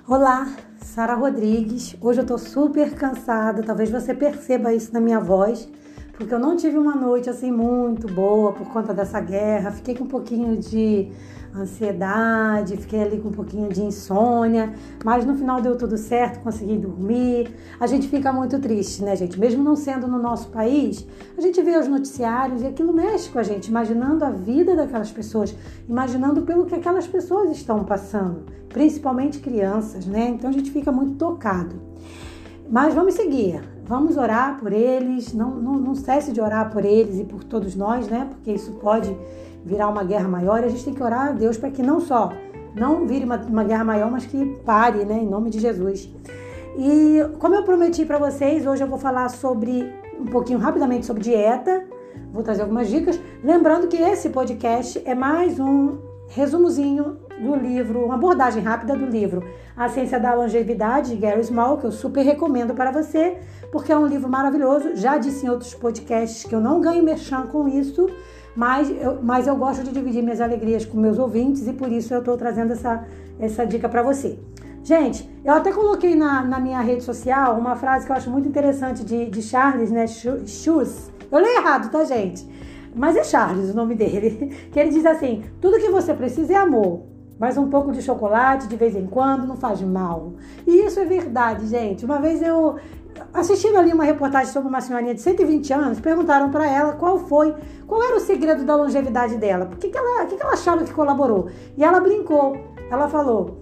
Olá, Sara Rodrigues. Hoje eu tô super cansada, talvez você perceba isso na minha voz, porque eu não tive uma noite assim muito boa por conta dessa guerra. Fiquei com um pouquinho de ansiedade, fiquei ali com um pouquinho de insônia, mas no final deu tudo certo, consegui dormir. A gente fica muito triste, né, gente? Mesmo não sendo no nosso país, a gente vê os noticiários e aquilo mexe com a gente, imaginando a vida daquelas pessoas, imaginando pelo que aquelas pessoas estão passando, principalmente crianças, né? Então a gente fica muito tocado. Mas vamos seguir, vamos orar por eles, não cesse de orar por eles e por todos nós, né? Porque isso pode virar uma guerra maior e a gente tem que orar a Deus para que não vire uma guerra maior, mas que pare, né? Em nome de Jesus. E como eu prometi para vocês, hoje eu vou falar um pouquinho rapidamente sobre dieta, vou trazer algumas dicas, lembrando que esse podcast é mais um resumozinho do livro, uma abordagem rápida do livro A Ciência da Longevidade, de Gary Small, que eu super recomendo para você, porque é um livro maravilhoso. Já disse em outros podcasts que eu não ganho merchan com isso, mas eu gosto de dividir minhas alegrias com meus ouvintes e por isso eu estou trazendo essa dica para você. Gente, eu até coloquei na minha rede social uma frase que eu acho muito interessante de Charles, né, Schulz. Eu leio errado, tá, gente? Mas é Charles o nome dele, que ele diz assim: tudo que você precisa é amor, mas um pouco de chocolate de vez em quando não faz mal. E isso é verdade, gente. Uma vez eu, assistindo ali uma reportagem sobre uma senhorinha de 120 anos, perguntaram para ela qual era o segredo da longevidade dela, por que ela achava que colaborou. E ela brincou, ela falou,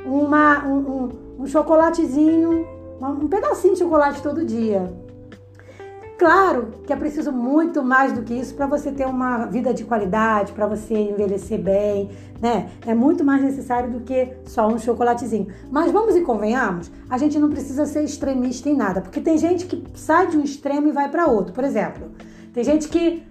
um chocolatezinho, um pedacinho de chocolate todo dia. Claro que é preciso muito mais do que isso para você ter uma vida de qualidade, para você envelhecer bem, né? É muito mais necessário do que só um chocolatezinho. Mas vamos e convenhamos, a gente não precisa ser extremista em nada, porque tem gente que sai de um extremo e vai para outro. Por exemplo, tem gente que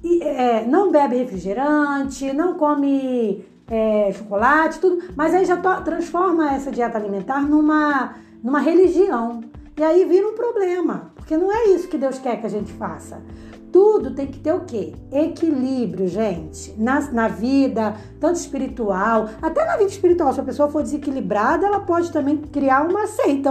não bebe refrigerante, não come chocolate, tudo, mas aí já transforma essa dieta alimentar numa religião. E aí vira um problema, porque não é isso que Deus quer que a gente faça. Tudo tem que ter o quê? Equilíbrio, gente. Na vida, tanto espiritual, até na vida espiritual, se a pessoa for desequilibrada, ela pode também criar uma seita,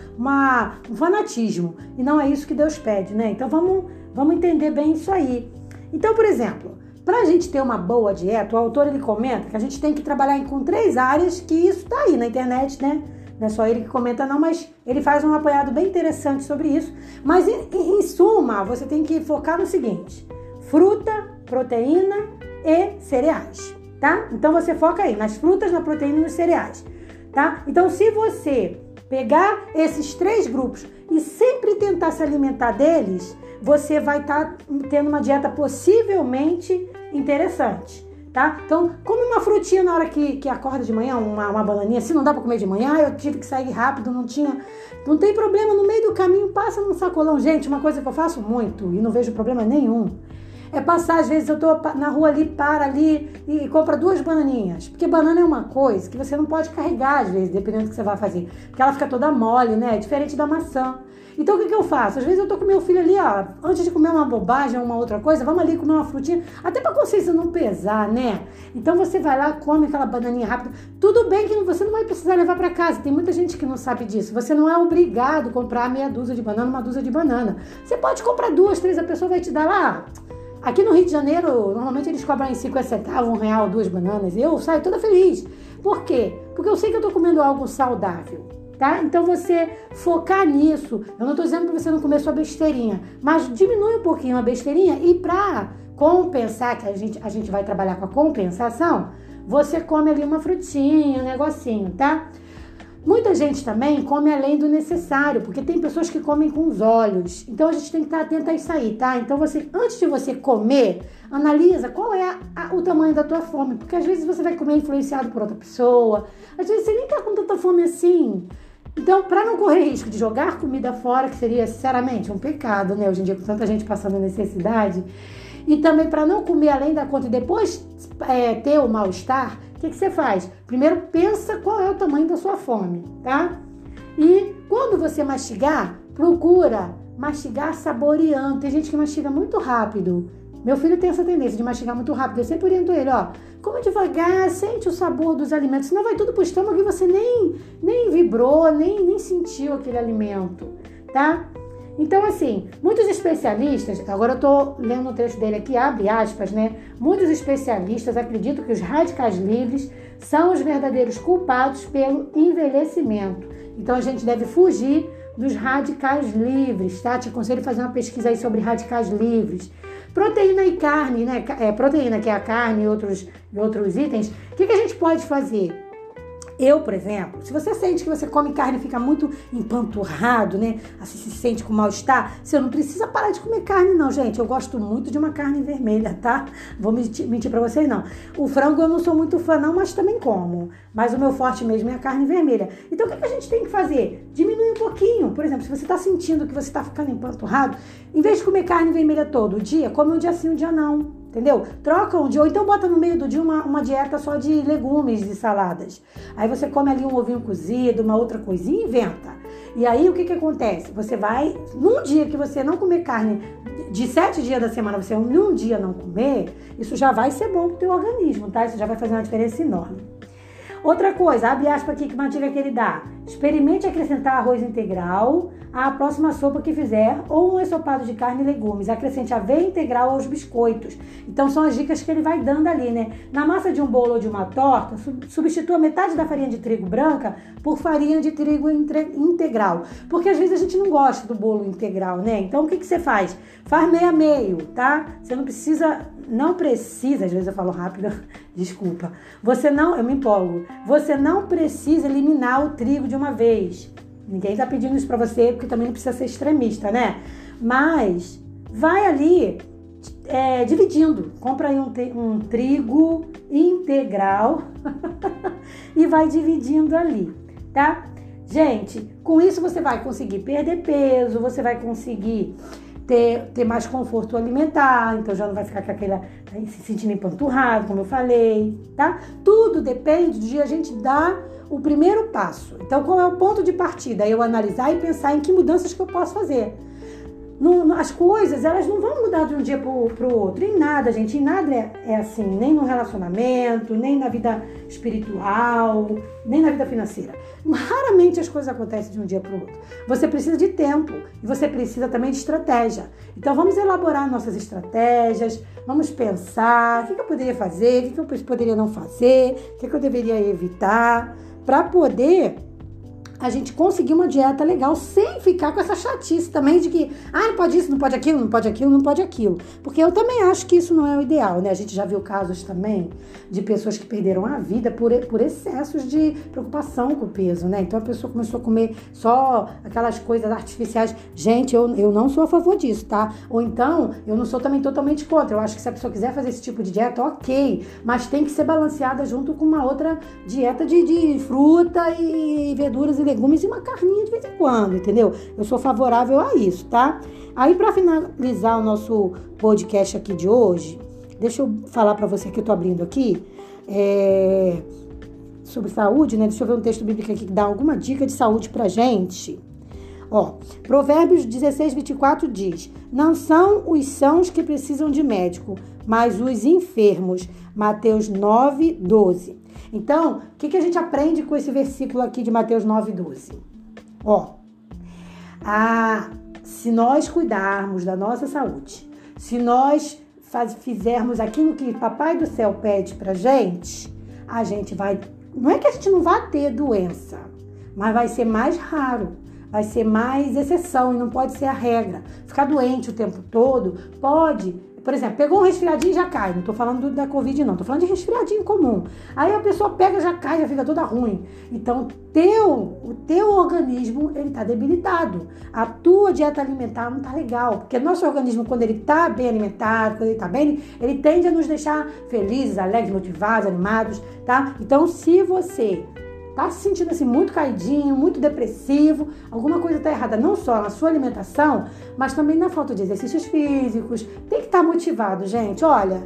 um fanatismo. E não é isso que Deus pede, né? Então vamos entender bem isso aí. Então, por exemplo, para a gente ter uma boa dieta, o autor ele comenta que a gente tem que trabalhar com 3 áreas, que isso tá aí na internet, né? Não é só ele que comenta não, mas ele faz um apanhado bem interessante sobre isso. Mas em suma, você tem que focar no seguinte: fruta, proteína e cereais, tá? Então você foca aí nas frutas, na proteína e nos cereais, tá? Então se você pegar esses 3 grupos e sempre tentar se alimentar deles, você vai estar tendo uma dieta possivelmente interessante. Tá? Então, come uma frutinha na hora que acorda de manhã, uma bananinha. Se não dá pra comer de manhã, eu tive que sair rápido, não tem problema, no meio do caminho passa num sacolão. Gente, uma coisa que eu faço muito e não vejo problema nenhum é passar, às vezes eu tô na rua ali, para ali e compra 2 bananinhas, porque banana é uma coisa que você não pode carregar às vezes, dependendo do que você vai fazer, porque ela fica toda mole, né? Diferente da maçã. Então, o que eu faço? Às vezes eu tô com meu filho ali, ó, antes de comer uma bobagem ou uma outra coisa, vamos ali comer uma frutinha, até pra consciência não pesar, né? Então, você vai lá, come aquela bananinha rápida. Tudo bem que você não vai precisar levar pra casa. Tem muita gente que não sabe disso. Você não é obrigado a comprar meia dúzia de banana, uma dúzia de banana. Você pode comprar 2, 3, a pessoa vai te dar lá. Aqui no Rio de Janeiro, normalmente eles cobram em 50 centavos, R$1, 2 bananas. E eu saio toda feliz. Por quê? Porque eu sei que eu tô comendo algo saudável. Tá? Então você focar nisso, eu não estou dizendo para você não comer só besteirinha, mas diminui um pouquinho a besteirinha e para compensar, que a gente vai trabalhar com a compensação, você come ali uma frutinha, um negocinho, tá? Muita gente também come além do necessário, porque tem pessoas que comem com os olhos, então a gente tem que estar atento a isso aí, tá? Então antes de você comer, analisa qual é o tamanho da tua fome, porque às vezes você vai comer influenciado por outra pessoa, às vezes você nem tá com tanta fome assim. Então, para não correr risco de jogar comida fora, que seria, sinceramente, um pecado, né? Hoje em dia, com tanta gente passando necessidade, e também para não comer além da conta e depois ter o mal-estar, o que você faz? Primeiro, pensa qual é o tamanho da sua fome, tá? E quando você mastigar, procura mastigar saboreando. Tem gente que mastiga muito rápido. Meu filho tem essa tendência de mastigar muito rápido. Eu sempre oriento ele, ó, come devagar, sente o sabor dos alimentos, senão vai tudo pro estômago e você nem vibrou, nem sentiu aquele alimento, tá? Então, assim, muitos especialistas, agora eu tô lendo um trecho dele aqui, abre aspas, né? Muitos especialistas acreditam que os radicais livres são os verdadeiros culpados pelo envelhecimento. Então, a gente deve fugir dos radicais livres, tá? Te aconselho a fazer uma pesquisa aí sobre radicais livres. Proteína e carne, né? Proteína, que é a carne e outros itens. O que a gente pode fazer? Eu, por exemplo, se você sente que você come carne e fica muito empanturrado, né? Assim, se sente com mal-estar, você não precisa parar de comer carne, não, gente. Eu gosto muito de uma carne vermelha, tá? Vou mentir pra vocês, não. O frango eu não sou muito fã, não, mas também como. Mas o meu forte mesmo é a carne vermelha. Então, o que a gente tem que fazer? Diminuir um pouquinho. Por exemplo, se você tá sentindo que você tá ficando empanturrado, em vez de comer carne vermelha todo dia, come um dia sim, um dia não. Entendeu? Troca um dia, ou então bota no meio do dia uma dieta só de legumes e saladas. Aí você come ali um ovinho cozido, uma outra coisinha e inventa. E aí o que acontece? Você vai, num dia que você não comer carne, de 7 dias da semana, você num dia não comer, isso já vai ser bom pro teu organismo, tá? Isso já vai fazer uma diferença enorme. Outra coisa, abre aspas aqui, que dica que ele dá. Experimente acrescentar arroz integral à próxima sopa que fizer ou um ensopado de carne e legumes. Acrescente aveia integral aos biscoitos. Então, são as dicas que ele vai dando ali, né? Na massa de um bolo ou de uma torta, substitua metade da farinha de trigo branca por farinha de trigo integral. Porque, às vezes, a gente não gosta do bolo integral, né? Então, o que você faz? Faz meio a meio, tá? Você não precisa, às vezes eu falo rápido, desculpa. Eu me empolgo. Você não precisa eliminar o trigo de uma vez. Ninguém tá pedindo isso pra você, porque também não precisa ser extremista, né? Mas vai ali dividindo. Compra aí um trigo integral e vai dividindo ali, tá? Gente, com isso você vai conseguir perder peso, você vai conseguir ter mais conforto alimentar, então já não vai ficar com aquela se sentindo empanturrado, como eu falei, tá? Tudo depende de a gente dar o primeiro passo. Então, qual é o ponto de partida? Eu analisar e pensar em que mudanças que eu posso fazer. As coisas, elas não vão mudar de um dia pro outro. Em nada, gente. Em nada é assim. Nem no relacionamento, nem na vida espiritual, nem na vida financeira. Raramente as coisas acontecem de um dia pro outro. Você precisa de tempo. E você precisa também de estratégia. Então, vamos elaborar nossas estratégias. Vamos pensar o que eu poderia fazer, o que eu poderia não fazer, o que eu deveria evitar, para poder a gente conseguir uma dieta legal sem ficar com essa chatice também de que, não pode isso, não pode aquilo, não pode aquilo, não pode aquilo. Porque eu também acho que isso não é o ideal, né? A gente já viu casos também de pessoas que perderam a vida por excessos de preocupação com o peso, né? Então a pessoa começou a comer só aquelas coisas artificiais. Gente, eu não sou a favor disso, tá? Ou então, eu não sou também totalmente contra. Eu acho que se a pessoa quiser fazer esse tipo de dieta, ok. Mas tem que ser balanceada junto com uma outra dieta de fruta e verduras e legumes e uma carninha de vez em quando, entendeu? Eu sou favorável a isso, tá? Aí, para finalizar o nosso podcast aqui de hoje, deixa eu falar para você que eu tô abrindo aqui sobre saúde, né? Deixa eu ver um texto bíblico aqui que dá alguma dica de saúde pra gente. Ó, Provérbios 16:24 diz: não são os sãos que precisam de médico, mas os enfermos. Mateus 9:12. Então, o que a gente aprende com esse versículo aqui de Mateus 9:12? Ó, se nós cuidarmos da nossa saúde, se nós fizermos aquilo que Papai do Céu pede pra gente, a gente vai... Não é que a gente não vai ter doença, mas vai ser mais raro, vai ser mais exceção e não pode ser a regra. Ficar doente o tempo todo pode... Por exemplo, pegou um resfriadinho e já cai. Não tô falando da Covid, não. Tô falando de resfriadinho comum. Aí a pessoa pega, já cai, já fica toda ruim. Então, o teu organismo, ele tá debilitado. A tua dieta alimentar não tá legal. Porque nosso organismo, quando ele tá bem alimentado, quando ele tá bem, ele tende a nos deixar felizes, alegres, motivados, animados, tá? Então, se você tá se sentindo assim muito caidinho, muito depressivo, alguma coisa tá errada, não só na sua alimentação, mas também na falta de exercícios físicos. Tem que estar motivado, gente. Olha,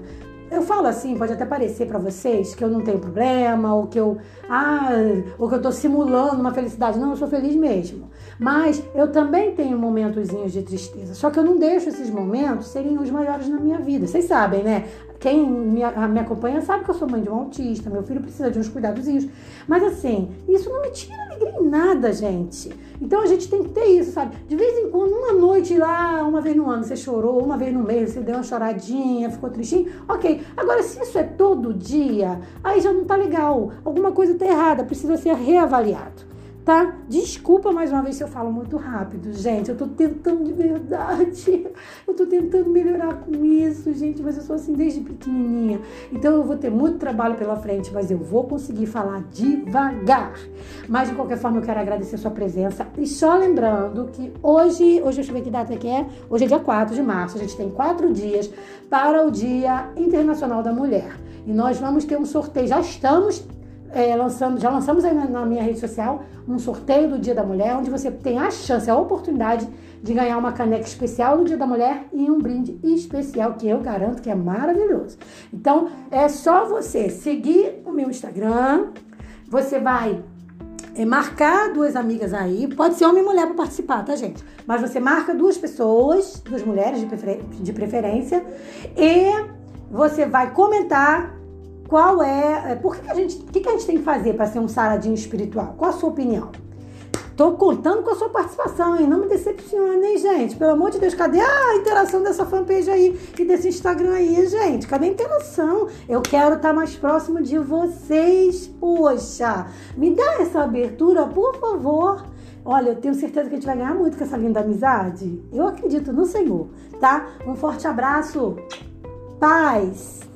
eu falo assim, pode até parecer pra vocês que eu não tenho problema, ou que eu tô simulando uma felicidade. Não, eu sou feliz mesmo. Mas eu também tenho momentozinhos de tristeza. Só que eu não deixo esses momentos serem os maiores na minha vida. Vocês sabem, né? Quem me acompanha sabe que eu sou mãe de um autista, meu filho precisa de uns cuidadozinhos. Mas assim, isso não me tira alegria em nada, gente. Então a gente tem que ter isso, sabe? De vez em quando, uma noite lá, uma vez no ano você chorou, uma vez no mês você deu uma choradinha, ficou tristinho, ok. Agora, se isso é todo dia, aí já não tá legal. Alguma coisa tá errada, precisa ser reavaliado. Tá? Desculpa mais uma vez se eu falo muito rápido, gente. Eu tô tentando de verdade. Eu tô tentando melhorar com isso, gente. Mas eu sou assim desde pequenininha. Então eu vou ter muito trabalho pela frente, mas eu vou conseguir falar devagar. Mas de qualquer forma eu quero agradecer a sua presença. E só lembrando que hoje deixa eu ver que data que é. Hoje é dia 4 de março. A gente tem 4 dias para o Dia Internacional da Mulher. E nós vamos ter um sorteio. Já lançamos aí na minha rede social um sorteio do Dia da Mulher, onde você tem a chance, a oportunidade de ganhar uma caneca especial no Dia da Mulher e um brinde especial que eu garanto que é maravilhoso. Então, é só você seguir o meu Instagram, você vai marcar 2 amigas aí, pode ser homem e mulher para participar, tá, gente? Mas você marca 2 pessoas, 2 mulheres de preferência, e você vai comentar qual o que a gente tem que fazer para ser um saradinho espiritual? Qual a sua opinião? Tô contando com a sua participação, hein? Não me decepcione, hein, gente? Pelo amor de Deus, cadê a interação dessa fanpage aí e desse Instagram aí, gente? Cadê a interação? Eu quero estar mais próximo de vocês, poxa! Me dá essa abertura, por favor. Olha, eu tenho certeza que a gente vai ganhar muito com essa linda amizade. Eu acredito no Senhor, tá? Um forte abraço. Paz!